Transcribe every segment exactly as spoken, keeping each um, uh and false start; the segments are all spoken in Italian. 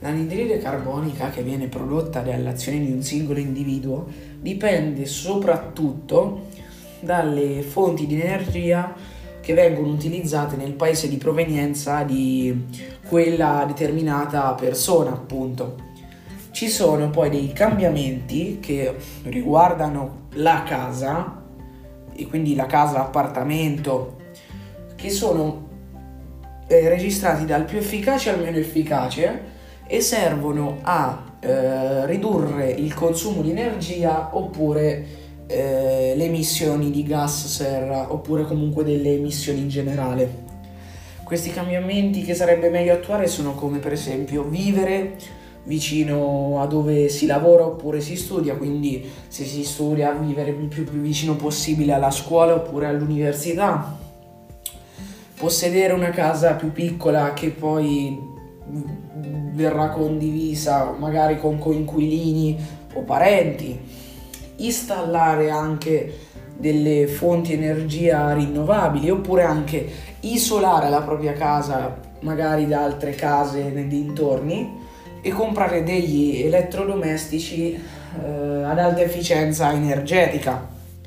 L'anidride carbonica che viene prodotta dall'azione di un singolo individuo dipende soprattutto dalle fonti di energia che vengono utilizzate nel paese di provenienza di quella determinata persona, appunto. Ci sono poi dei cambiamenti che riguardano la casa, e quindi la casa appartamento, che sono eh, registrati dal più efficace al meno efficace e servono a eh, ridurre il consumo di energia oppure eh, le emissioni di gas serra oppure comunque delle emissioni in generale. Questi cambiamenti che sarebbe meglio attuare sono come per esempio vivere vicino a dove si lavora oppure si studia, quindi se si studia vivere il più, più vicino possibile alla scuola oppure all'università, possedere una casa più piccola che poi verrà condivisa magari con coinquilini o parenti, installare anche delle fonti energia rinnovabili oppure anche isolare la propria casa magari da altre case nei dintorni e comprare degli elettrodomestici eh, ad alta efficienza energetica.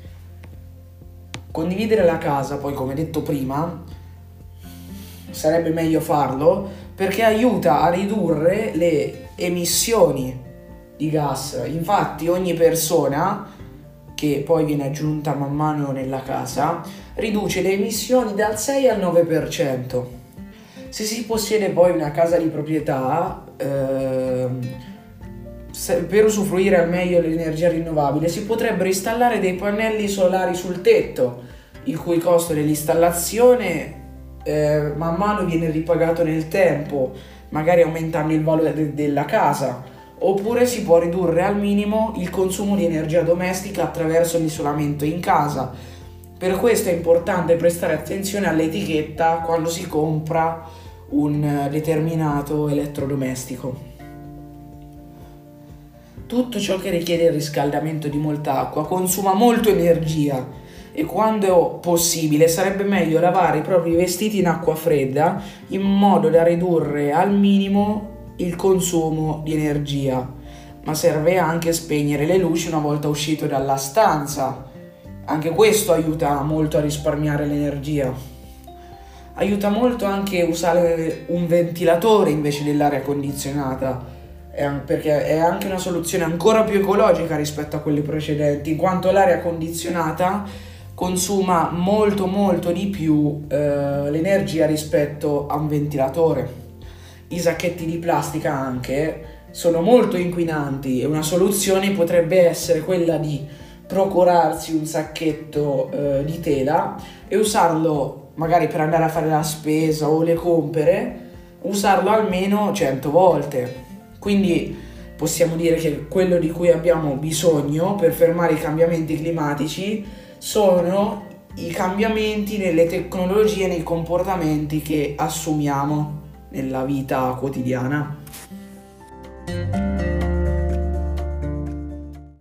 Condividere la casa, poi come detto prima, sarebbe meglio farlo perché aiuta a ridurre le emissioni di gas. Infatti ogni persona che poi viene aggiunta man mano nella casa riduce le emissioni dal sei al nove per cento. Se si possiede poi una casa di proprietà, ehm, se, per usufruire al meglio dell'energia rinnovabile si potrebbero installare dei pannelli solari sul tetto, il cui costo dell'installazione Eh, man mano viene ripagato nel tempo, magari aumentando il valore de- della casa, oppure si può ridurre al minimo il consumo di energia domestica attraverso l'isolamento in casa. Per questo è importante prestare attenzione all'etichetta quando si compra un determinato elettrodomestico. Tutto ciò che richiede il riscaldamento di molta acqua consuma molto energia e quando possibile sarebbe meglio lavare i propri vestiti in acqua fredda in modo da ridurre al minimo il consumo di energia, ma serve anche spegnere le luci una volta uscito dalla stanza. Anche questo aiuta molto a risparmiare l'energia. Aiuta molto anche usare un ventilatore invece dell'aria condizionata, perché è anche una soluzione ancora più ecologica rispetto a quelle precedenti, in quanto l'aria condizionata consuma molto molto di più eh, l'energia rispetto a un ventilatore. I sacchetti di plastica anche sono molto inquinanti e una soluzione potrebbe essere quella di procurarsi un sacchetto eh, di tela e usarlo magari per andare a fare la spesa o le compere, usarlo almeno cento volte. Quindi possiamo dire che quello di cui abbiamo bisogno per fermare i cambiamenti climatici sono i cambiamenti nelle tecnologie e nei comportamenti che assumiamo nella vita quotidiana.